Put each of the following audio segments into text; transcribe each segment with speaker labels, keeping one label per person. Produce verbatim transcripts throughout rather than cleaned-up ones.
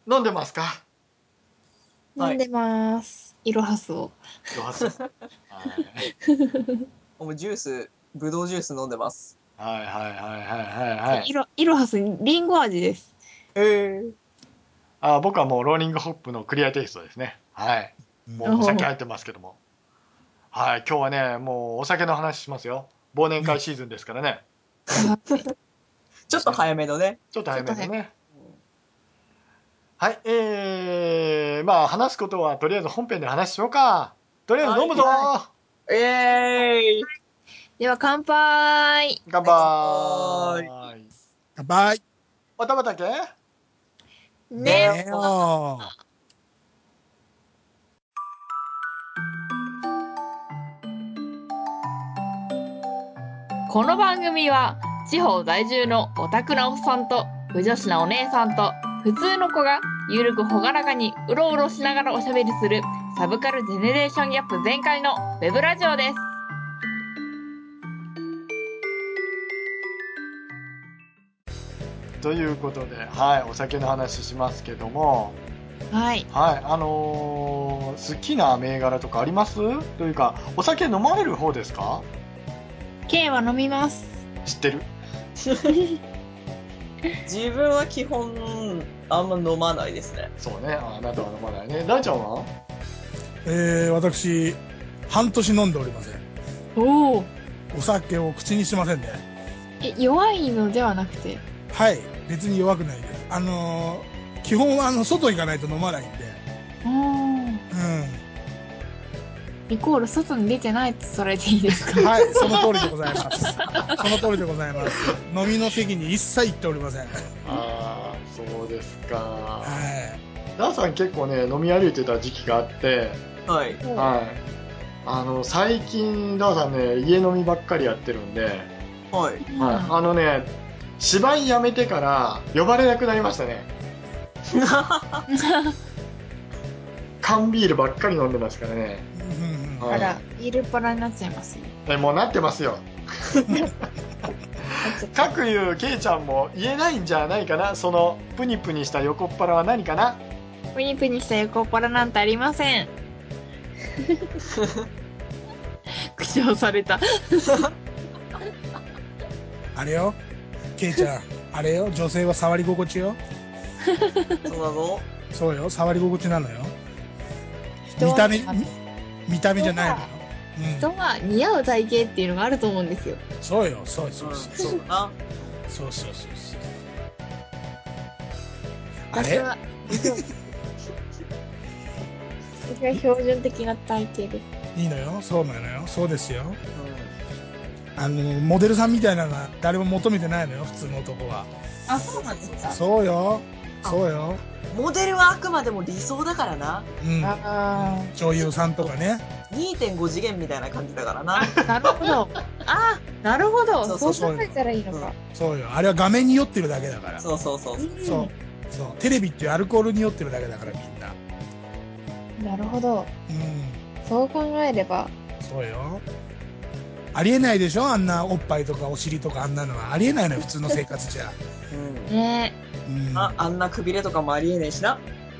Speaker 1: 飲んでますか？
Speaker 2: 飲んでます。イロハスを。
Speaker 1: イロハス。はい。
Speaker 3: もうジュース、ブドウジュース飲んでます。
Speaker 1: はいはいはいはいはいはい。
Speaker 2: イロ、イロハス、リンゴ味です。
Speaker 3: えー、
Speaker 1: あ、僕はもうローリングホップのクリアテイストですね。はい。もうお酒入ってますけども。はい。今日はね、もうお酒の話しますよ。忘年会シーズンですからね。
Speaker 3: ちょっと早めのね。
Speaker 1: ちょっと早めのね。はい。えー、まあ話すことはとりあえず本編で話しようか。とりあえず飲むぞー、
Speaker 3: はい、えーい。
Speaker 2: では乾杯。
Speaker 1: 乾杯。
Speaker 4: 乾杯。
Speaker 1: おたまたけ
Speaker 2: ね。
Speaker 4: ねよ。
Speaker 2: この番組は地方在住のオタクなおっさんと不女子なお姉さんと普通の子がゆるくほがらかにうろうろしながらおしゃべりするサブカルジェネレーションギャップ全開のウェブラジオです。
Speaker 1: ということで、はい、お酒の話しますけども、
Speaker 2: はい。
Speaker 1: はい、あのー、好きな銘柄とかありますというか、お酒飲まれる方ですか？
Speaker 2: K は飲みます。
Speaker 1: 知ってる。
Speaker 3: 自分は基本、あんま飲まないですね。
Speaker 1: そうね、あなたは飲まないね。大ちゃんは？
Speaker 4: えー、私、半年飲んでおりません。
Speaker 2: おお。
Speaker 4: お酒を口にしませんね。
Speaker 2: え、弱いのではなくて？
Speaker 4: はい、別に弱くないです。あのー、基本はあの、外行かないと飲まないんで。
Speaker 2: うん。
Speaker 4: うん。
Speaker 2: イコール外に出てないとそれでいいですか？
Speaker 4: はい、その通りでございます。その通りでございます。飲みの席に一切行っておりません。
Speaker 1: ああ、そうですか。
Speaker 4: はい。
Speaker 1: ダーさん結構ね、飲み歩いてた時期があって、
Speaker 3: はい。
Speaker 1: はい。あの、最近、ダーさんね、家飲みばっかりやってるんで、
Speaker 3: はい。
Speaker 1: はい。あのね、芝居やめてから呼ばれなくなりましたね。缶ビールばっかり飲んでますからね。
Speaker 4: うんうん、
Speaker 2: あら、ビールパラになっちゃいますよ。
Speaker 1: え、もうなってますよ。各言うケイちゃんも言えないんじゃないかな。そのプニプニした横っ腹は何かな。
Speaker 2: プニプニした横っ腹なんてありません。口調された。
Speaker 4: あれよ、ケイちゃん、あれよ、女性は触り心地よ。
Speaker 3: そうだぞ。
Speaker 4: そうよ、触り心地なのよ。見た目、見た目じゃないのよ。
Speaker 2: 人は似合う体型っていうのがあると思うんですよ。
Speaker 4: そうよ、そうそうそう。
Speaker 3: そうだな。
Speaker 4: そうそうそうそう。
Speaker 2: 私は、私は標準的な体型です。
Speaker 4: いいのよ、そうなのよ、そうですよ。あの、モデルさんみたいなのは誰も求めてないのよ、普通の男は。
Speaker 2: あ、そうなんですか？
Speaker 4: そうよ、そうよ。
Speaker 3: モデルはあくまでも理想だからな。
Speaker 4: うん。
Speaker 2: あ
Speaker 4: うん、女優さんとかね。
Speaker 3: にてんご 次元みたいな感じだからな。
Speaker 2: なるほど。あ、なるほど。そう考えたらいいのか。
Speaker 4: そうよ。あれは画面に酔ってるだけだから。
Speaker 3: そうそうそう。
Speaker 4: そう。そう。テレビっていうアルコールに酔ってるだけだから、みんな。
Speaker 2: なるほど。
Speaker 4: うん。
Speaker 2: そう考えれば。
Speaker 4: そうよ。ありえないでしょ、あんなおっぱいとかお尻とかあんなのは。ありえないのよ、普通の生活じゃ。
Speaker 3: うん。
Speaker 2: ね
Speaker 4: え。うん。
Speaker 3: あ、あんなくびれとかもありえねえしな。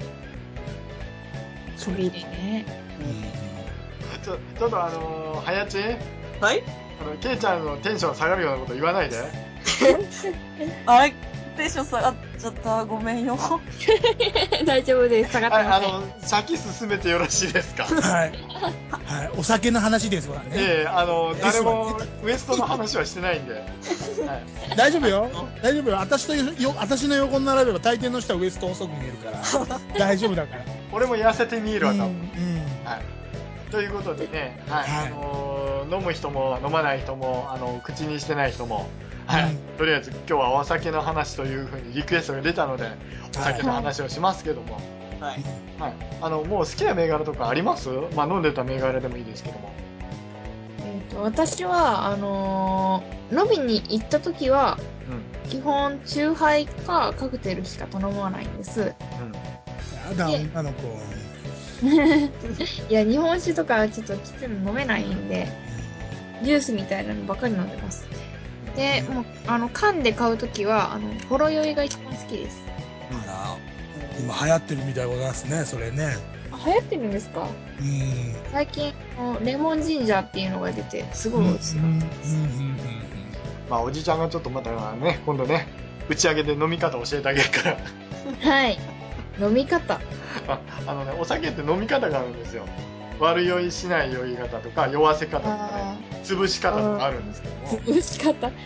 Speaker 2: くびれね。
Speaker 1: ちょ、ちょっとあのー、はやち
Speaker 3: はい。
Speaker 1: あの、ケイちゃんのテンション下がるようなこと言わないで。
Speaker 3: あれ、テンション下がっちゃった。ごめんよ。
Speaker 2: 大丈夫です。下がってません。
Speaker 1: あの、先進めてよろしいですか？
Speaker 4: はい。はい。お酒の話ですわね。
Speaker 1: ええー、あの、誰もウエストの話はしてないんで。はい、
Speaker 4: 大丈夫よ。大丈夫よ。私とよ、私の横に並べば大抵の人はウエスト細く見えるから。大丈夫だから。
Speaker 1: 俺も痩せて見えるわ、多分。うん。
Speaker 4: はい。
Speaker 1: ということでね、はい。はい、あのー、飲む人も飲まない人も、あの、口にしてない人も、はい、うん。とりあえず今日はお酒の話というふうにリクエストが出たので、お酒の話をしますけども。はい。はい。あの、もう好きな銘柄とかあります？まあ、飲んでた銘柄でもいいですけども。
Speaker 2: えっと、私は、あのー、飲みに行った時は、うん、基本、チューハイかカクテルしか頼まないんです。うん。
Speaker 4: やだ、女の子。
Speaker 2: いや、日本酒とかちょっときついの飲めないんで、ジュースみたいなのばっかり飲んでます。で、もう、あの、缶で買うときは、あの、ほろ酔いが一番好きです。
Speaker 4: あら。 今流行ってるみたいでございますね、それね。
Speaker 2: あ、流行ってるんですか？
Speaker 4: うん。
Speaker 2: 最近、あのレモンジンジャーっていうのが出て、すごい美味しい。
Speaker 4: うん、うん、うん、うん。
Speaker 1: まあ、おじちゃんがちょっとまたね、今度ね、打ち上げで飲み方教えてあげるから。
Speaker 2: はい。飲み方。
Speaker 1: ああのね、お酒って飲み方があるんですよ。悪酔いしない酔い方とか、酔わせ方とか
Speaker 2: あ
Speaker 1: ね、潰し方とかあるんですけども。
Speaker 2: 潰し方。
Speaker 1: はい。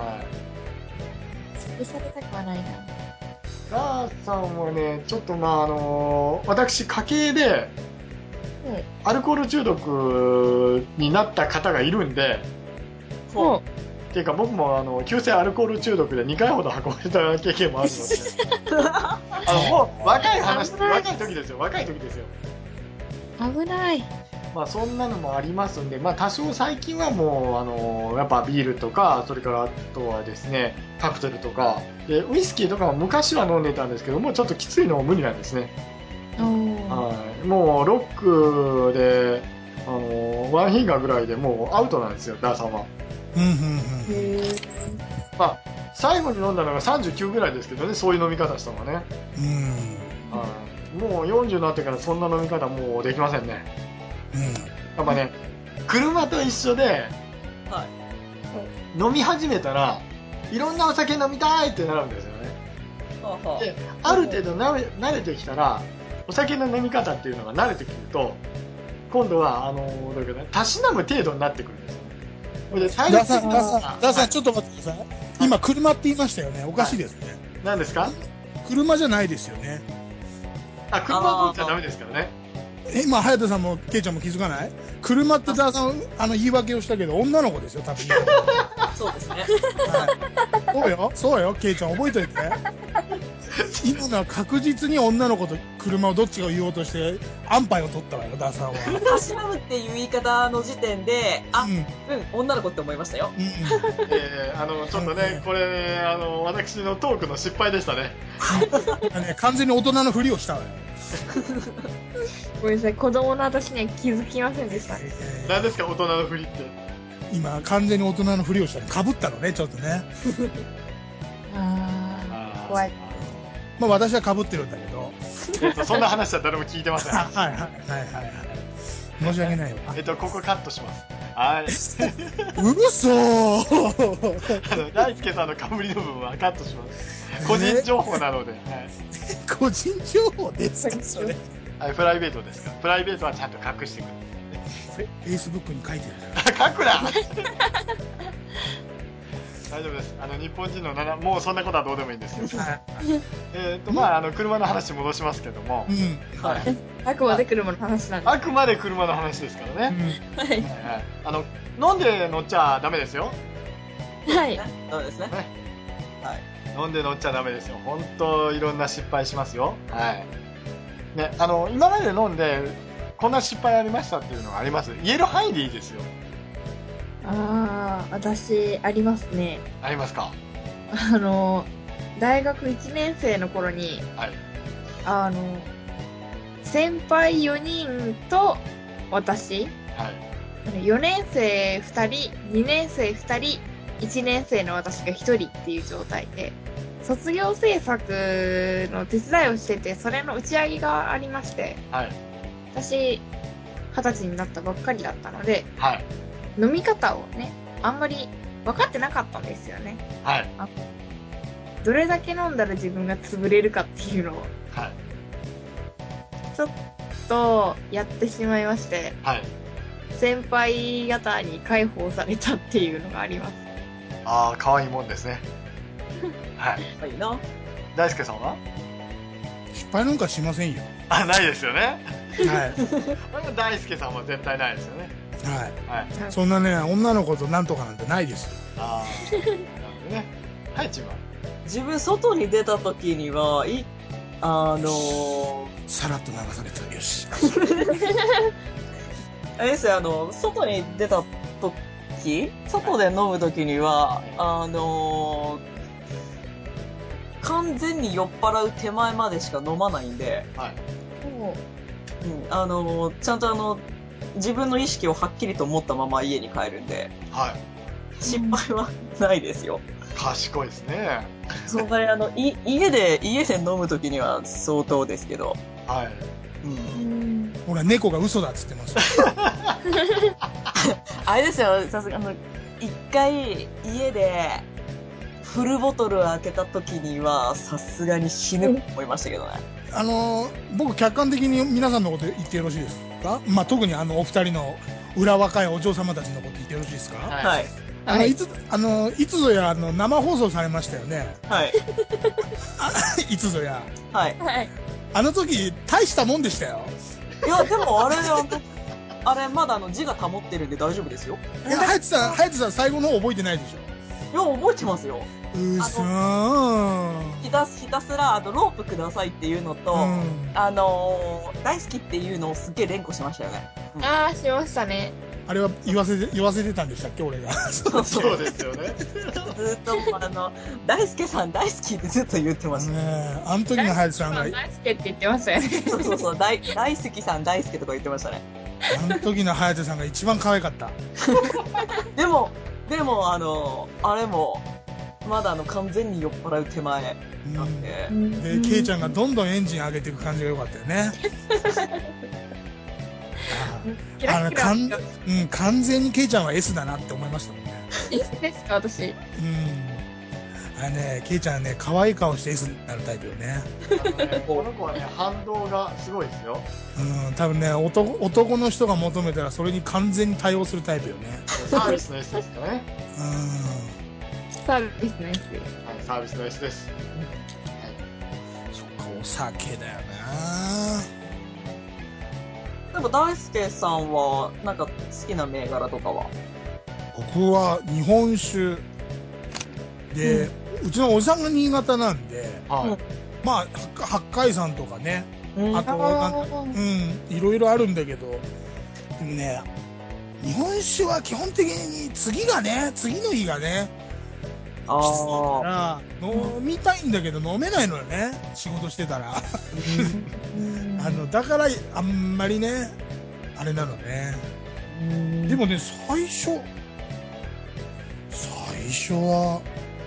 Speaker 2: 潰されたくはないな。
Speaker 1: ガーさんはね、ちょっとまああの私、家系で、
Speaker 2: はい。
Speaker 1: アルコール中毒になった方がいるんで、
Speaker 2: ほう。
Speaker 1: っていうか僕もあの急性アルコール中毒でにかいほど運ばれた経験もあるので、あのもう若い話、
Speaker 2: 危ない
Speaker 1: 若い時ですよ、若い時ですよ。
Speaker 2: 危ない。
Speaker 1: まあそんなのもありますんで、まあ多少最近はもう、あのやっぱビールとか、それからあとはですね、カクテルとか、でウイスキーとかも昔は飲んでたんですけども、ちょっときついのも無理なんですね。
Speaker 2: おー。
Speaker 1: はい。もうロックで、あのワンフィンガーぐらいでもうアウトなんですよ、ダーさんは。
Speaker 4: うん、うん、うん。
Speaker 2: へー。
Speaker 1: まあ、最後に飲んだのがさんじゅうきゅうぐらいですけどね、そういう飲み方したのはね。
Speaker 4: うん。
Speaker 1: はい。もうよんじゅうになってからそんな飲み方もうできませんね。
Speaker 4: うん。
Speaker 1: やっぱね、車と一緒で、
Speaker 3: はい。
Speaker 1: 飲み始めたら、いろんなお酒飲みたいってなるんですよね。
Speaker 3: はあはあ
Speaker 1: で、ある程度なれ慣れてきたら、お酒の飲み方っていうのが慣れてくると、今度は、あのー、どういうかね、たしなむ程度になってくるんですよね。で、最
Speaker 4: ダーさん、
Speaker 1: 終的に
Speaker 4: ダーさん、ダーさん、
Speaker 1: はい
Speaker 4: ちょっと待ってください。今、車って言いましたよね。おかしいですね。
Speaker 1: 何ですか？
Speaker 4: 車じゃないですよね。
Speaker 1: あ、車を飲んじゃダメですからね。
Speaker 4: え今、隼人さんも、ケイちゃんも気づかない？車ってダーさん、あの、言い訳をしたけど、女の子ですよ、多分。
Speaker 3: そうですね。
Speaker 4: はい。そうよ、そうよ、ケイちゃん覚えといて。今のは確実に女の子と車をどっちが言おうとして、安牌を取ったわよ、ダーさんは。
Speaker 3: たしなむっていう言い方の時点で、あ、
Speaker 4: うん。
Speaker 3: うん、女の子って思いましたよ。
Speaker 4: うん。
Speaker 1: えー、あの、ちょっとね、これね、あの、私のトークの失敗でしたね。
Speaker 4: 今ね、完全に大人のふりをしたわよ。
Speaker 2: ごめんなさい。子供の私には気づきませんでした。
Speaker 4: いやいやいや
Speaker 1: 何ですか、大人のふりって。
Speaker 4: 今、完全に大人のふりをしたの。被ったのね、ちょっとね。
Speaker 2: あー、怖い。
Speaker 4: まあ、私は被ってるんだけど。
Speaker 1: えっと、そんな話は誰も聞いてません。
Speaker 4: はいはいはいはいはい。申し訳ないわ。
Speaker 1: えっと、ここカットします。はい。
Speaker 4: 嘘
Speaker 1: あの、大輔さんのかぶりの部分はカットします。個人情報なので、はい。
Speaker 4: 個人情報ですかそれ。
Speaker 1: はい、プライベートですから。プライベートはちゃんと隠してくだ
Speaker 4: フェイスブックに書いて
Speaker 1: さい。書くな大丈夫です。あの、日本人のなな、もうそんなことはどうでもいいんですけど。
Speaker 4: る。はい。
Speaker 1: えっと、まあ、あの、車の話戻しますけども
Speaker 4: う、ん。
Speaker 1: はい。
Speaker 2: あくまで車の話なんで。
Speaker 1: あくまで車の話ですからね。
Speaker 4: うん。
Speaker 2: はい。
Speaker 1: はいはい。あの、飲んで乗っちゃダメですよ。
Speaker 2: はい。
Speaker 3: ダメですね。
Speaker 1: ね。
Speaker 3: はい。
Speaker 1: 飲んで乗っちゃダメですよ。本当いろんな失敗しますよ。はい。ね、あの、今まで飲んで、こんな失敗ありましたっていうのがあります。言える範囲でいいですよ。
Speaker 2: あー、私、ありますね。
Speaker 1: ありますか？
Speaker 2: あの、大学いちねん生の頃に、
Speaker 1: はい。
Speaker 2: あの、先輩よにんと私、
Speaker 1: はい。
Speaker 2: よねん生ふたり、にねん生ふたり、いちねん生の私がひとりっていう状態で、卒業制作の手伝いをしてて、それの打ち上げがありまして、
Speaker 1: はい。
Speaker 2: 私、二十歳になったばっかりだったので、
Speaker 1: はい。
Speaker 2: 飲み方をね、あんまり分かってなかったんですよね。
Speaker 1: はい。
Speaker 2: どれだけ飲んだら自分が潰れるかっていうのを、
Speaker 1: はい。
Speaker 2: ちょっとやってしまいまして、
Speaker 1: はい。
Speaker 2: 先輩方に解放されたっていうのがあります。
Speaker 1: ああ、可愛いもんですね。はい。
Speaker 3: はいいな。
Speaker 1: 大輔さんは？
Speaker 4: 失敗なんかしませんよ。
Speaker 1: あ、ないですよね。
Speaker 4: はい。
Speaker 1: これは大輔さんは絶対ないですよね。
Speaker 4: はい。
Speaker 1: はい。
Speaker 4: そんなね、女の子となんとかなんてないですよ。
Speaker 1: ああ、なるほどね。はい、チームは？
Speaker 3: 自分、外に出た時には、い、あのー、
Speaker 4: さらっと流された。よし。
Speaker 3: あれですよ、あの、外に出た時、外で飲む時には、あのー、完全に酔っ払う手前までしか飲まないんで、
Speaker 1: はい。
Speaker 2: も
Speaker 3: うん、あのー、ちゃんとあの、自分の意識をはっきりと持ったまま家に帰るんで、
Speaker 1: はい。
Speaker 3: 失敗はないですよ。
Speaker 1: 賢いですね。
Speaker 3: そんなにあの、い、家で、家で飲むときには相当ですけど。
Speaker 1: はい。
Speaker 3: うん。
Speaker 2: うん
Speaker 4: ほら、猫が嘘だっつってます。
Speaker 3: あれですよ、さすが、あの、一回、家で、フルボトル開けたときには、さすがに死ぬと思いましたけどね。
Speaker 4: あのー、僕客観的に皆さんのこと言ってよろしいですか？まあ、特にあの、お二人の裏若いお嬢様たちのこと言ってよろしいですか？
Speaker 1: はい。
Speaker 3: はい。
Speaker 4: あの、いつ、あの、いつぞや、あの、生放送されましたよね。
Speaker 3: はい。
Speaker 4: いつぞや。
Speaker 3: はい。
Speaker 2: はい。
Speaker 4: あの時、大したもんでしたよ。
Speaker 3: いや、でもあれ、あの、あれ、まだあの、字が保ってるんで大丈夫ですよ。
Speaker 4: いや、ハヤトさん、ハヤトさん最後の方覚えてないでし
Speaker 3: いや、覚えてますよ。
Speaker 4: ょ。うそー。
Speaker 3: ひたす、ひたすら、あの、ロープくださいっていうのと、
Speaker 4: うん
Speaker 3: あのー、大好きっていうのをすっげえ連呼しましたよね。
Speaker 2: ああ、しましたね。
Speaker 4: あれは言わせて、言わせてたんでしたっけ、俺が。
Speaker 3: そうそう。
Speaker 1: そうですよね。
Speaker 3: ずっと、あの、大輔さん大好きってずっと言ってま
Speaker 4: あの
Speaker 3: した。
Speaker 4: ね、あの時のハヤトさんが、
Speaker 2: 大好きって言ってましたよね。
Speaker 3: そうそうそう、大、大好きさん大好きとか言ってましたね。
Speaker 4: あの時のハヤトさんが一番可愛かった。
Speaker 3: でも、でも、あの、あれも、まだあの、完全に酔っ払う手前なんで、
Speaker 4: で、ケイちゃんがどんどんエンジン上げていく感じが良かったよね。ああの、かん、うん、完全にケイちゃんは S だなって思いましたもんね。
Speaker 2: S ですか、私。
Speaker 4: うん。あれね、ケイちゃんはね、可愛い顔して S になるタイプよね。
Speaker 1: あのね、この子はね、反動がすごいですよ。
Speaker 4: うん、多分ね、男、男の人が求めたらそれに完全に対応するタイプよね。
Speaker 1: サービスの S ですかね。
Speaker 4: うん。
Speaker 2: サービスの S です。
Speaker 1: はい、サービスの S です。
Speaker 4: そっか、お酒だよな。
Speaker 3: でも大輔さんは、なんか好きな銘柄とかは？
Speaker 4: 僕は日本酒で、うちのおじさんが新潟なんで、
Speaker 1: は
Speaker 4: まあ、八八海山とかね、
Speaker 3: うん
Speaker 4: あと、なんかうん、いろいろあるんだけど、でもね、日本酒は基本的に次がね、次の日がね、
Speaker 3: あ
Speaker 4: きついか
Speaker 3: あ。
Speaker 4: ら、飲みたいんだけど飲めないのよね、仕事してたら。あの、だから、あんまりね、あれなのね。でもね、最初、最初は、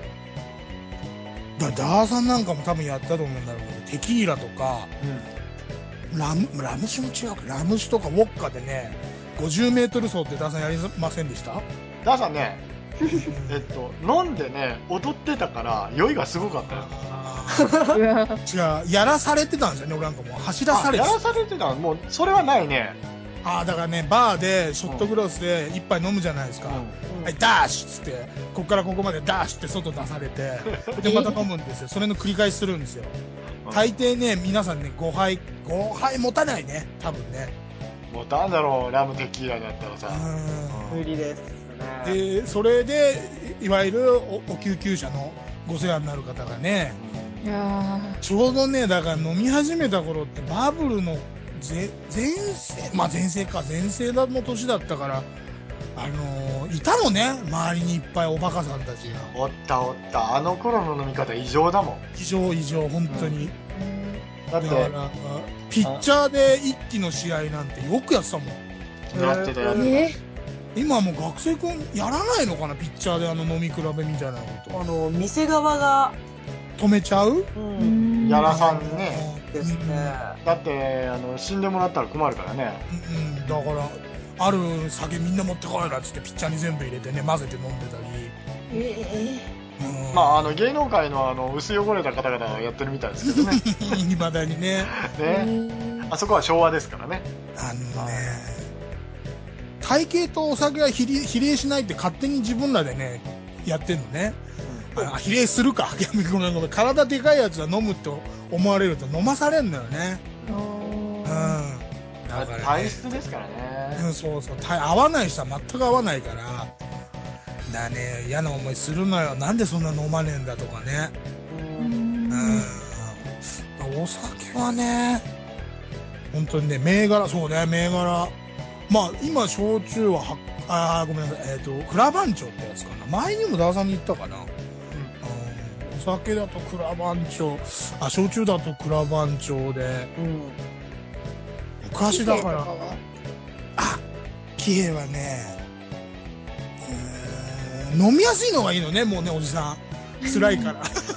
Speaker 4: だダーさんなんかも多分やったと思うんだろうけど、テキーラとか、
Speaker 1: い。うん。
Speaker 4: ラム、ラム酒も違うか、ラム酒とかウォッカでね、ごじゅうメートル走ってダーさんやりませんでした？
Speaker 1: ダーさんね、えっと、飲んでね、踊ってたから、酔いがすごかったよ。
Speaker 2: うわ
Speaker 4: 違う、やらされてたんですよね、俺なんかもう走らさ
Speaker 1: あ、
Speaker 4: れてた。
Speaker 1: やらされてたもう、それはないね。
Speaker 4: ああ、だからね、バーで、ショットグラスで一杯飲むじゃないですか。
Speaker 1: うん。
Speaker 4: はい、ダッシュっつって、こっからここまでダッシュって外出されて、で、また飲むんですよ。それの繰り返しするんですよ。大抵ね、皆さんね、ごはい、ごはい持たないね、多分ね。
Speaker 1: もうなんだろう、ラムテキーラだったらさ。
Speaker 4: う
Speaker 3: 無理ですね。
Speaker 4: ん。で、それで、いわゆるお、お救急車のご世話になる方がね、
Speaker 2: いや
Speaker 4: ちょうどね、だから飲み始めた頃ってバブルのぜ前世、まあ前世か、前世だの年だったから、あのーいたのね、周りにいっぱいおバカさんたちが。
Speaker 1: おったおった。あの頃の飲み方異常だもん。
Speaker 4: 異常異常、本当に。
Speaker 1: だって、
Speaker 4: だから、ピッチャーで一気の試合なんてよくやってたもん。
Speaker 1: やってたやっ
Speaker 2: ー。
Speaker 1: て
Speaker 2: え
Speaker 4: 今はもう学生くんやらないのかな、ピッチャーであの飲み比べみたいなこと。
Speaker 3: あの、店側が、
Speaker 4: 止めちゃう
Speaker 3: う
Speaker 2: ー
Speaker 3: ん、
Speaker 2: ん。
Speaker 1: た。やらさんにね。
Speaker 3: ですね。
Speaker 1: だって、あの、死んでもらったら困るからね。
Speaker 4: うん、うん、だから、ある酒みんな持ってこいなっつってピッチャーに全部入れてね、混ぜて飲んでたり。
Speaker 2: え
Speaker 4: うん、
Speaker 1: まあ、あの、芸能界のあの、薄汚れた方々はやってるみたいですけどね。
Speaker 4: 未だにね。
Speaker 2: ー。
Speaker 1: ね。あそこは昭和ですからね。
Speaker 4: あのね、体型とお酒は比例比例しないって勝手に自分らでね、やってんのね。あ、比例するか。ごめんごめん。体でかいやつは飲むと思われると飲まされんのよね。うん。だから、ね、
Speaker 1: 体質ですからね。
Speaker 4: うん、そうそう。た合わない人は全く合わないから。だね、嫌な思いするのよ。なんでそんな飲まねえんだとかね。
Speaker 3: うん。
Speaker 4: うん。お酒はね、本当にね、銘柄、そうね、銘柄。まあ、今、焼酎はは、あー、ごめんなさい。えっ、と、クラバンチョってやつかな。前にもダーさんに言ったかな。うん。お酒だとクラバンチョ、あ、焼酎だとクラバンチョで、
Speaker 3: うん。
Speaker 4: 昔だから、
Speaker 2: キヘイとは
Speaker 4: あ、キヘイはね、うーん飲みやすいのがいいのね、もうね、おじさん。辛いから。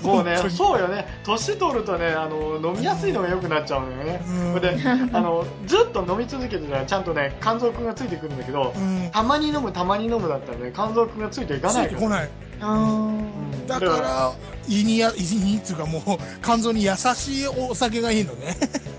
Speaker 1: もうね、そうよね。年取るとね、あの、飲みやすいのが良くなっちゃうのよね。それで、あの、ずっと飲み続けてたら、ちゃんとね、肝臓君がついてくるんだけど、うん、たまに飲む、たまに飲むだったらね、肝臓君がついていかないから。ついてこない。
Speaker 4: うん、だから、胃にや、胃にっていうかもう、肝臓に優しいお酒がいいのね。
Speaker 1: うん、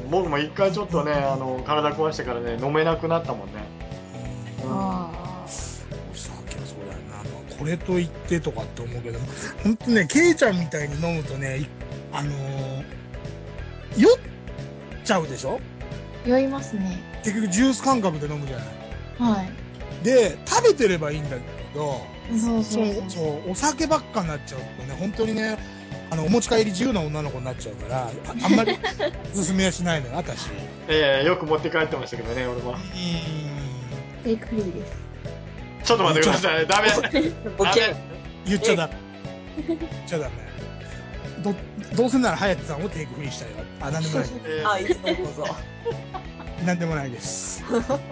Speaker 1: 僕も一回ちょっとね、あの、体壊してからね、飲めなくなったもんね。
Speaker 2: うん、ああ。
Speaker 4: お酒はそうだよな。まあ、これと言ってとかって思うけど、ほんとね、ケイちゃんみたいに飲むとね、あのー、酔っちゃうでしょ？
Speaker 2: 酔いますね。
Speaker 4: 結局ジュース感覚で飲むじゃない。
Speaker 2: はい。で、
Speaker 4: 食べてればいいんだけど、
Speaker 2: そうそうそう。
Speaker 4: そう、お酒ばっかになっちゃうとね、本当にね、あの、お持ち帰り自由な女の子になっちゃうから、あ, あんまりおすすめはしないのよ、私。
Speaker 1: ええー、よく持って帰ってましたけどね、俺も。うーん。
Speaker 2: テイクフリーです。
Speaker 1: ちょっと待ってください。ダメ。ダメ。
Speaker 4: 言っちゃダメ。言っちゃダメ。ど、どうせなら隼人さんをテイクフリーしたいわ。あ、なんでもない。
Speaker 3: えー、あ、いつもどうぞ。
Speaker 4: なんでもないです。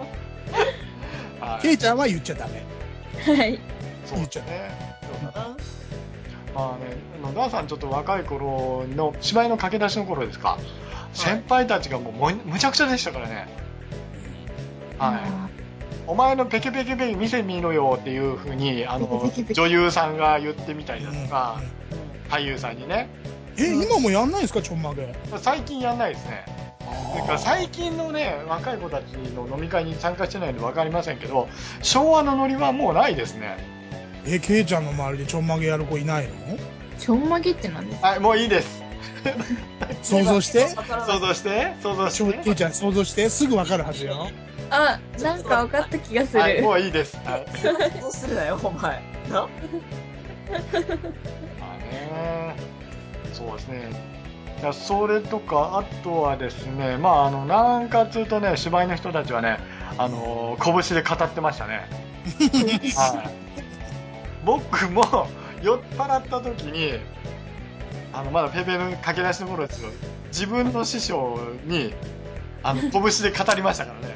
Speaker 4: ケイちゃんは言っちゃダメ。
Speaker 2: はい。
Speaker 1: そう言っちゃね。そうだな。まあね、あの、ダーさんちょっと若い頃の、芝居の駆け出しの頃ですか。はい、先輩たちがもうむ、むちゃくちゃでしたからね。はい。お前のペケペケペケ見せみろよっていう風に、あの、女優さんが言ってみたりだとか、うん、俳優さんにね。
Speaker 4: え、うん、今もやんないんですか、ちょんまげ。
Speaker 1: 最近やんないですね。だから最近のね、若い子たちの飲み会に参加してないんで分かりませんけど、昭和のノリはもうないですね。
Speaker 4: え、ケイちゃんの周りでちょんまげやる子いないの？
Speaker 2: ちょんまげって何ですか？
Speaker 1: はい、もういいです。
Speaker 4: 想像して
Speaker 1: 想像して想像して
Speaker 4: ケイちゃん想像してすぐ分かるはずよ。
Speaker 2: あ、なんか分かった気がする。
Speaker 1: はい、もういいです。はい。
Speaker 3: どうするなよ、お前。な？ま
Speaker 1: あね。そうですね。それとか、あとはですね、まあ、あの、なんかつうとね、芝居の人たちはね、あの、拳で語ってましたね。はい。僕も酔っ払った時に、あの、まだペペの駆け出しの頃ですよ。自分の師匠に、あの、拳で語りましたからね。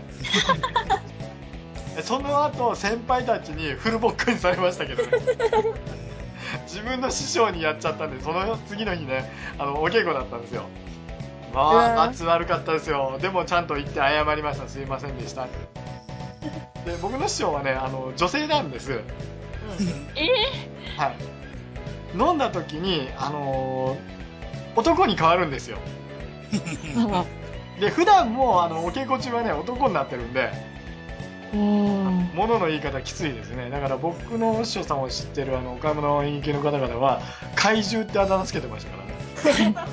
Speaker 1: その後、先輩たちにフルボッコにされましたけどね。自分の師匠にやっちゃったんで、その次の日ね、あの、お稽古だったんですよ。まあ、圧悪かったですよ。でもちゃんと言って謝りました。すいませんでした。で、僕の師匠はね、あの、女性なんです。うん、
Speaker 2: え
Speaker 1: ー、はい。飲んだ時に、あのー、男に変わるんですよ。で、普段も、あの、お稽古中はね、男になってるんで、物の言い方きついですね。だから僕の師匠さんを知ってるあの岡山の演劇の方々は怪獣ってあだ名つけてましたからね。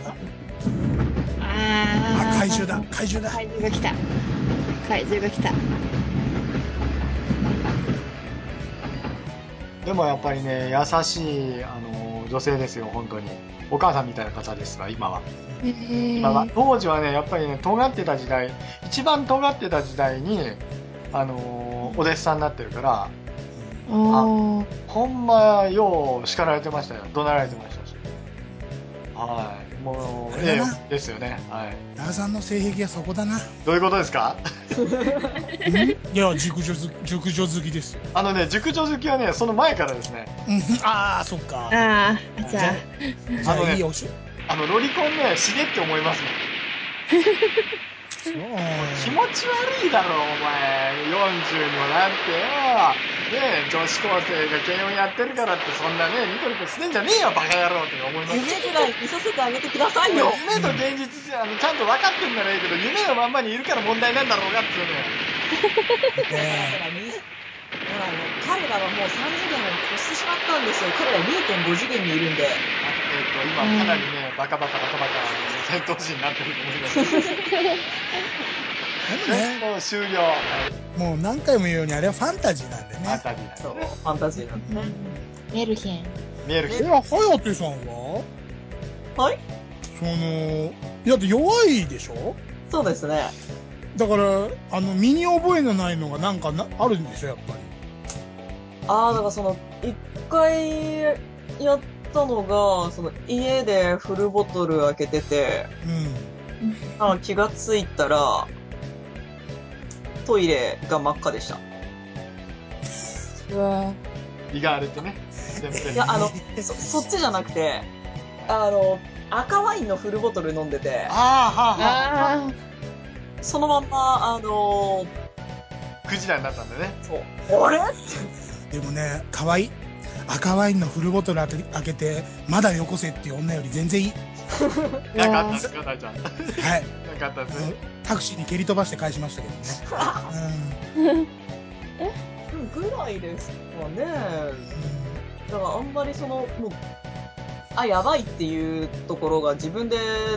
Speaker 4: ああ、怪獣だ怪獣だ
Speaker 2: 怪獣が来た怪獣が来た。
Speaker 1: でもやっぱりね、優しいあの女性ですよ。本当にお母さんみたいな方ですが、今は。今は当時はね、やっぱりね、尖ってた時代、一番尖ってた時代にあのー、お弟子さんになってるから、うん、あ、ほんまよう叱られてましたよ。怒鳴られてましたし。はい。もう、ええですよね。はい。
Speaker 4: ダーさんの性癖はそこだな。
Speaker 1: どういうことですか？
Speaker 4: いや、熟女好き、熟女好きですよ。
Speaker 1: あのね、熟女好きはね、その前からですね。
Speaker 4: ああ、そっか。
Speaker 2: ああ、じゃあ。
Speaker 4: じゃあ、いいおし、
Speaker 1: あの、ロリコンね、死ねって思いますもん。気持ち悪いだろ、お前。よんじゅうにもなってよ。ねえ、女子高生が軽音やってるからって、そんなね、ニコニコしてんじゃねえよ、バカ野郎って思います。
Speaker 3: 夢ぐらい見させてあげてくださいよ。
Speaker 1: 夢と現実じゃ、あの、ちゃんと分かってんならいいけど、夢のまんまにいるから問題なんだろうがっていう
Speaker 3: ね。ほら、彼らはもうさん次元を越してしまったんですよ。彼ら にてんご 次元にいるんで。えっ
Speaker 1: と、今かなりね、バカバカバカバカ戦闘士になってると思います。戦闘終了。
Speaker 4: もう何回も言うようにあれはファンタジーなんでね。
Speaker 1: ファンタジーなんでね。
Speaker 3: そう、ファンタジーなんでね。
Speaker 2: メルヘン。
Speaker 1: メルヘン。
Speaker 4: え、はやてさんは
Speaker 3: はい？
Speaker 4: その、だって弱いでしょ？そう
Speaker 3: ですね。
Speaker 4: だから、あの、身に覚えのないのがなんかな、あるんでしょ、やっぱり。
Speaker 3: ああ、だからその、一回やったのが、その、家でフルボトル開けてて、うん。あ気がついたら、トイレが真っ赤でした。
Speaker 2: うわ
Speaker 1: 胃が荒れてね。
Speaker 3: いや、あの、そ、そっちじゃなくて、 あの、赤ワインのフルボトル飲んでて、
Speaker 1: ああ、はあ、はあ。
Speaker 2: あ
Speaker 3: そのまんま、あの、
Speaker 1: クジラになったんだね。
Speaker 3: そう、あれ
Speaker 4: でもね、可愛い。赤ワインのフルボトル開け開けて、まだよこせっていう女より全然いい。
Speaker 2: ー
Speaker 1: なんかあったんですか、大ちゃん。
Speaker 4: はい。
Speaker 1: なんかあったんですね。
Speaker 4: タクシーに蹴り飛ばして返しましたけどね。
Speaker 3: ぐらいですかね。
Speaker 4: うん。
Speaker 3: だからあんまりその、もう、あ、やばいっていうところが自分で、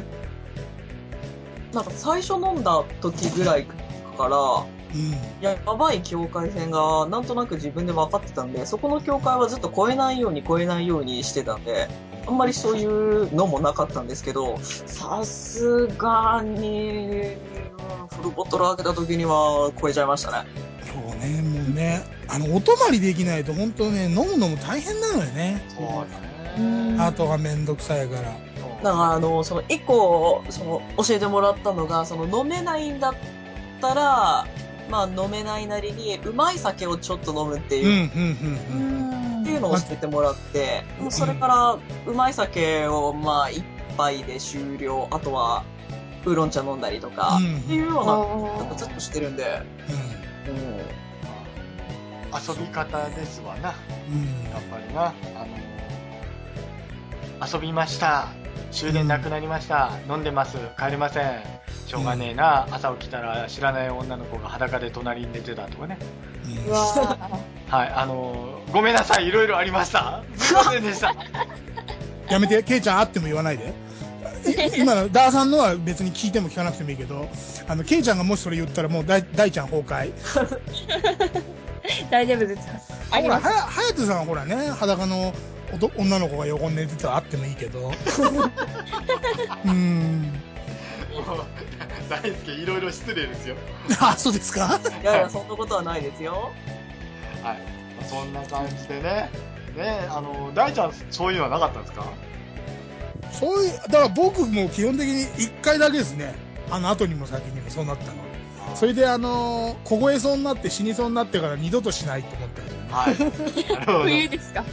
Speaker 3: なんか最初飲んだ時ぐらいから、
Speaker 4: うん。うん。
Speaker 3: やばい境界線がなんとなく自分で分かってたんで、そこの境界はずっと超えないように超えないようにしてたんで、あんまりそういうのもなかったんですけど、さすがに、うんフルボトル開けた時には超えちゃいましたね。
Speaker 4: そうね、もうね、あの、お泊まりできないと本当ね、飲むのも大変なのよね。
Speaker 1: そう
Speaker 2: うん
Speaker 1: ね。
Speaker 4: 後がめんどくさいから。
Speaker 1: そう
Speaker 3: だからあの、その一個、その教えてもらったのが、その飲めないんだったら、まあ飲めないなりに、うまい酒をちょっと飲むって
Speaker 4: うん、う
Speaker 3: いう、
Speaker 4: ん、うん、
Speaker 3: っていうのを教えてもらって、もうそれからうまい酒をまあ一杯で終了、あとはウーロン茶飲んだりとか、
Speaker 4: うん
Speaker 3: っていうような、なんか
Speaker 2: あ
Speaker 3: ずっとしてるんで、
Speaker 4: うん、
Speaker 3: うん。
Speaker 1: 遊び方ですわな。
Speaker 4: うん、
Speaker 1: やっぱりな。あのー遊びました。終電なくなりました。飲んでます。帰れません。しょうがねえな。朝起きたら知らない女の子が裸で隣に寝てたとかね。
Speaker 4: うん。
Speaker 2: ーうわ
Speaker 1: はい。あのーごめんなさい。いろいろありました。すいませんでした。
Speaker 4: やめて、ケイちゃんあっても言わないで。い今のダーさんのは別に聞いても聞かなくてもいいけど、あの、ケイちゃんがもしそれ言ったらもう大大ちゃん崩壊。
Speaker 2: 大丈夫です。あり
Speaker 4: ほら、
Speaker 2: ます
Speaker 4: はや、はやてさんはほらね、裸のおと女の子が横に寝てたらあってもいいけど。うーん。
Speaker 1: もう大輔いろいろ失礼ですよ。
Speaker 4: あ、そうですか。
Speaker 3: いやいや、そんなことはないですよ。
Speaker 1: はい。まあそんな感じでね。ね、あの、大ちゃん、そういうのはなかったんですか？
Speaker 4: そういう、だから僕も基本的に一回だけですね。あの後にも先にもそうなったの。それであのー、凍えそうになって死にそうになってから二度としないと思ったんですよね。
Speaker 1: はい。なるほど。
Speaker 2: 冬ですか？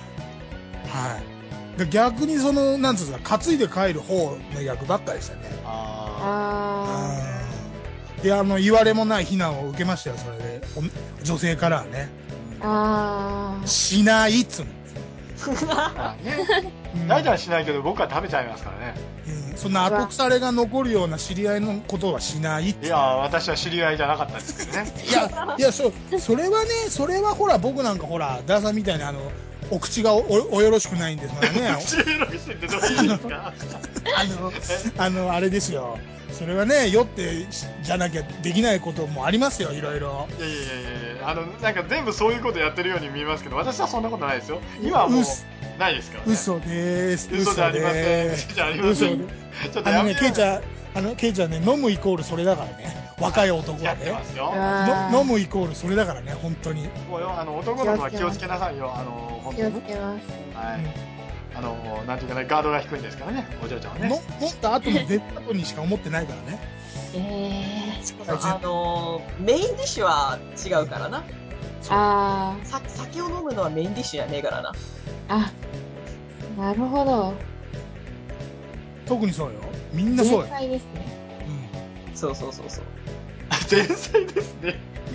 Speaker 4: はい。で逆にその、なんつうんですか、担いで帰る方の役ばっかでしたね。
Speaker 1: あ
Speaker 2: あ
Speaker 4: うん。で、あの、言われもない非難を受けましたよ、それで。お女性からはね。
Speaker 2: ーあー
Speaker 4: しないっつうの。
Speaker 1: あ。まあね。
Speaker 4: うん
Speaker 1: 大ちゃんはしないけど、僕は食べちゃいますからね。
Speaker 4: うん、そんな後腐れが残るような知り合いのことはしないっつうの。
Speaker 1: いや、私は知り合いじゃなかったですけどね。
Speaker 4: いや、いや、そう、それはね、それはほら、僕なんかほら、ダーさんみたいな、あの、お口が お, およろしくないんですからね。あの
Speaker 1: 口入力してってどういう意味ですか？
Speaker 4: あの、あの、あれですよ。それはね、酔ってじゃなきゃできないこともありますよ、いろいろ。
Speaker 1: いやいやいやいや、あの、なんか全部そういうことやってるように見えますけど、私はそんなことないですよ。今はもう
Speaker 4: うす
Speaker 1: ないですからね。
Speaker 4: 嘘でーす。
Speaker 1: 嘘じゃありません。
Speaker 4: でーす
Speaker 1: 嘘じゃありません。
Speaker 4: 嘘で。
Speaker 1: ちょっと
Speaker 4: あのね、
Speaker 1: やめようよ。
Speaker 4: ケイちゃん、あの、ケイちゃんね、飲むイコールそれだからね。若い男
Speaker 1: や
Speaker 4: はね。
Speaker 1: ってますよ。
Speaker 2: あ
Speaker 4: の飲むイコールそれだからね、本当に。
Speaker 1: そうよ、あの、男の子は気をつけなさいよ。あの、本
Speaker 2: 気をつ
Speaker 1: 当に。
Speaker 2: けます。
Speaker 1: はい。あの、なんていうかね、ガードが低いんですからね、お嬢ちゃんは
Speaker 4: の
Speaker 1: ね。
Speaker 4: 飲んだ後のデパートにしか思ってないからね。
Speaker 2: えー、
Speaker 3: あのー、メインディッシュは違うからな。
Speaker 2: あー
Speaker 3: さ酒を飲むのはメインディッシュじゃねえからな。
Speaker 2: あ、なるほど。
Speaker 4: 特にそうよ。みんなそうよ。
Speaker 2: 天才ですね。
Speaker 4: うん。
Speaker 3: そうそうそうそう。
Speaker 1: 天才ですね。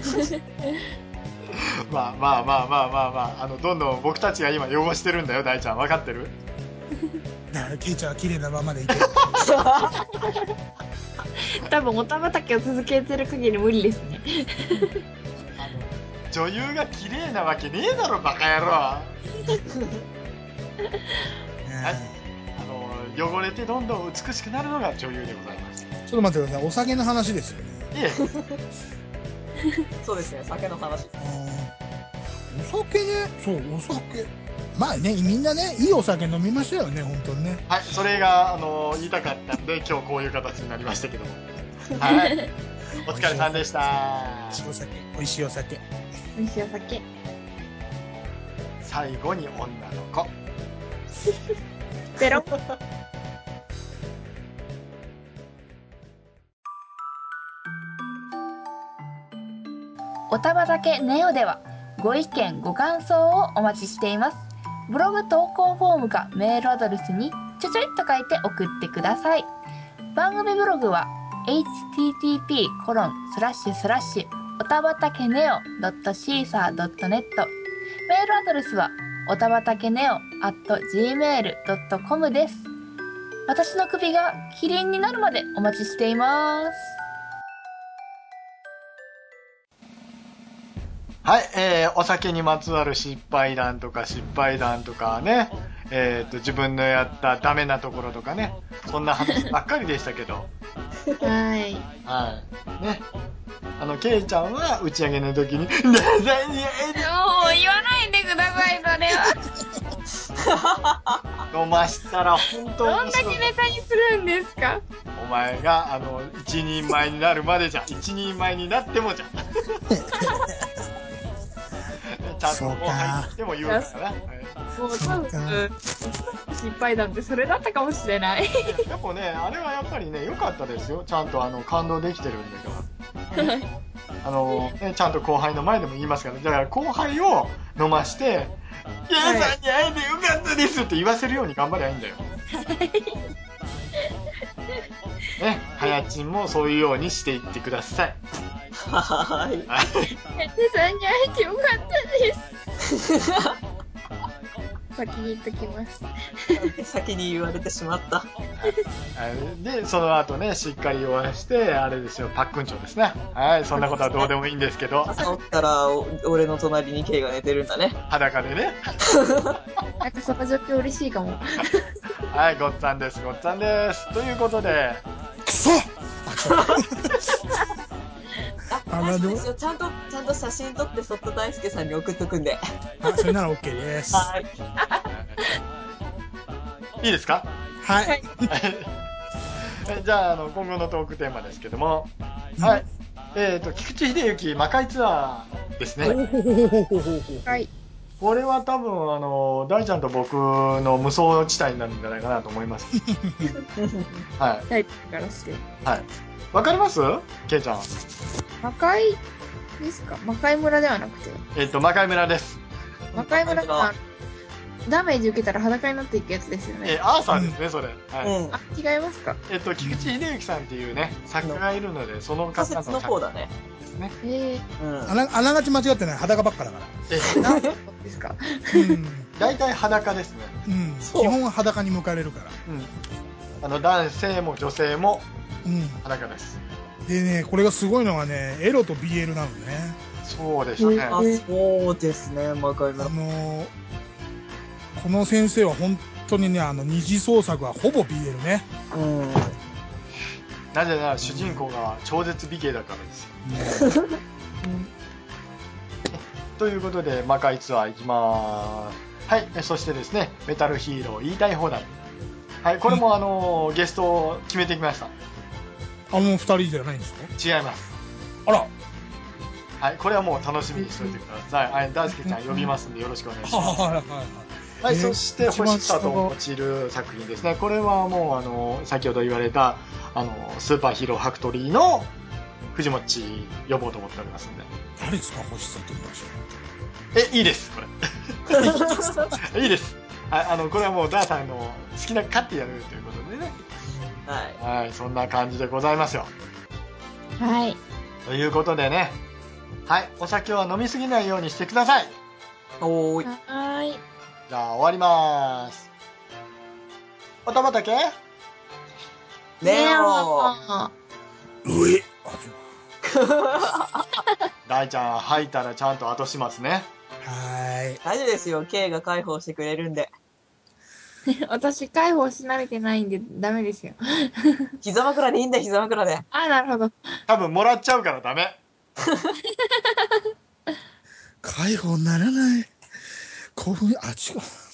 Speaker 1: まあまあまあまあまあまあ、あの、どんどん僕たちが今汚してるんだよ、大ちゃん。分かってる？
Speaker 4: だから、ケイちゃんは綺麗なままでいて。
Speaker 2: 多分、おたまたけを続けてる限り無理ですね。
Speaker 1: あの、女優が綺麗なわけねえだろ、バカ野郎。あの、汚れてどんどん美しくなるのが女優でございます。
Speaker 4: ちょっと待ってください。お酒の話ですよね。
Speaker 1: いえ、
Speaker 3: そうですね、酒の話。
Speaker 4: あーお酒ね。そう、お酒。まあね、みんなね、いいお酒飲みましたよね、本当にね。
Speaker 1: はい、それが、あの、言いたかったんで、今日こういう形になりましたけども。はい。お疲れさんでした。
Speaker 4: 美味しいお酒。美味しいお酒。
Speaker 2: 美味しいお酒。
Speaker 1: 最後に女の子。
Speaker 2: ペロン。おたまだけネオではご意見ご感想をお待ちしています。ブログ投稿フォームかメールアドレスにちょちょいと書いて送ってください。番組ブログは エイチティーティーピーコロンスラッシュスラッシュおたばたけネオ ドットシーサー ドットネット、 メールアドレスはおたばたけネオ アットジーメール ドットコム です。私の首がキリンになるまでお待ちしています。
Speaker 1: はい、えー、お酒にまつわる失敗談とか失敗談とかね、えーと、自分のやったダメなところとかね、そんな話ばっかりでしたけど。
Speaker 2: はい。
Speaker 1: はい。ね。あの、ケイちゃんは打ち上げの時に、なさいね、
Speaker 2: もう言わないでください、それは。
Speaker 1: 飲ましたら本当
Speaker 2: どんだけネタにするんですか。
Speaker 1: お前が、あの、一人前になるまでじゃ、一人前になってもじゃ。ちゃんと後輩にしても言うからな。
Speaker 2: もう多分、失敗談ってそれだったかもしれない。
Speaker 1: でもね、あれはやっぱりね、良かったですよ。ちゃんとあの、感動できてるんだから。あの、ね、ちゃんと後輩の前でも言いますから、だから後輩を飲まして、ケイさんに会えてよかったですって言わせるように頑張りゃいいんだよ。ね、はやちんもそういうようにしていってください。
Speaker 3: はーい。
Speaker 2: ケイさんに会えてよかったです。先に言っときます。
Speaker 3: 先に言われてしまった。
Speaker 1: で、その後ね、しっかり弱らして、あれですよ、パックンチョですね。はい、そんなことはどうでもいいんですけど。
Speaker 3: 朝起きたら、俺の隣にケイが寝てるんだね。
Speaker 1: 裸でね。
Speaker 2: なんかその状況嬉しいかも。
Speaker 1: はい、ごっつぁんです、ごっつぁんです。ということで。
Speaker 4: くそ
Speaker 3: あ、大丈夫ですよ。ちゃんと、ちゃんと写真撮ってそっと大輔さんに送っとくんで。
Speaker 4: あ、それなら OK です。
Speaker 3: はい。
Speaker 1: いいですか？
Speaker 4: はい。
Speaker 1: じゃあ、あの、今後のトークテーマですけども。はい。えっと、菊池秀幸魔界ツアーですね。
Speaker 2: はい。
Speaker 1: これは多分、あの、大ちゃんと僕の無双地帯になるんじゃないかなと思います。はい。
Speaker 2: タイプからして。
Speaker 1: はい。わかります？ケイちゃん。
Speaker 2: 魔界ですか？魔界村ではなくて。
Speaker 1: えっと、魔界村です。
Speaker 2: 魔界村が、ダメージ受けたら裸になっていくやつですよね。
Speaker 1: え、アーサーですね、それ。はい。
Speaker 3: うん。
Speaker 2: あ、違いますか？
Speaker 1: えっと、菊池秀幸さんっていうね、作家がいるので、その方の
Speaker 3: 仮説の方だね。
Speaker 1: ですね。
Speaker 2: え
Speaker 3: うん。
Speaker 4: あな、あながち間違ってない。裸ばっかだから。
Speaker 1: え、
Speaker 2: ー、何のことですか？
Speaker 4: うん。
Speaker 1: 大体裸ですね。
Speaker 4: うん。
Speaker 3: そう
Speaker 4: 基本は裸に向かれるから。
Speaker 1: うん。あの、男性も女性も
Speaker 4: うん。
Speaker 1: 裸です。
Speaker 4: でね、これがすごいのはね、エロと ビーエル なのね。
Speaker 1: そうでしたね。
Speaker 3: あ、そうですね、魔界
Speaker 4: あ
Speaker 3: 村。
Speaker 4: のー、この先生は本当にね、あの、二次創作はほぼ ビーエル ね。
Speaker 3: うん。
Speaker 1: なぜなら主人公が超絶美形だからですよ。ということで、魔界ツアー行きまーす。はい。えそしてですね、メタルヒーロー言いたい放題。はい。これもあのー、ゲストを決めてきました。
Speaker 4: あの二人じゃないんですか？
Speaker 1: 違います。
Speaker 4: あら。
Speaker 1: はい。これはもう楽しみにしておいてください。はい。大輔ちゃん呼びますんでよろしくお願いします。
Speaker 4: はいはいはい。
Speaker 1: はい、
Speaker 4: えー
Speaker 1: そして星下と落ちる作品ですね。これはもうあの先ほど言われたあのスーパーヒーローファクトリーの藤もっち呼ぼうと思っておりますんで。
Speaker 4: 誰ですか、星下と言いまし
Speaker 1: え、いいですこれ。いいです。はい、あのこれはもうダーさんの好きな勝ってやるということでね。
Speaker 3: はい。
Speaker 1: はい、そんな感じでございますよ。
Speaker 2: はい。
Speaker 1: ということでね。はい、お酒は飲みすぎないようにしてください。
Speaker 3: おーい。
Speaker 2: はーい。
Speaker 1: じゃあ終わりまーす。おたまたけ
Speaker 3: ネオ
Speaker 2: あ
Speaker 4: うえ。
Speaker 1: 大ちゃん吐いたらちゃんと後始末ね。
Speaker 4: はーい。
Speaker 3: 大丈夫ですよ。K が解放してくれるんで。
Speaker 2: 私、介抱し慣れてないんでダメですよ。
Speaker 3: 膝枕でいいんだよ、膝枕で。
Speaker 2: あ、なるほど。
Speaker 1: 多分もらっちゃうからダメ。
Speaker 4: 解放ならない。興奮、あ、違う。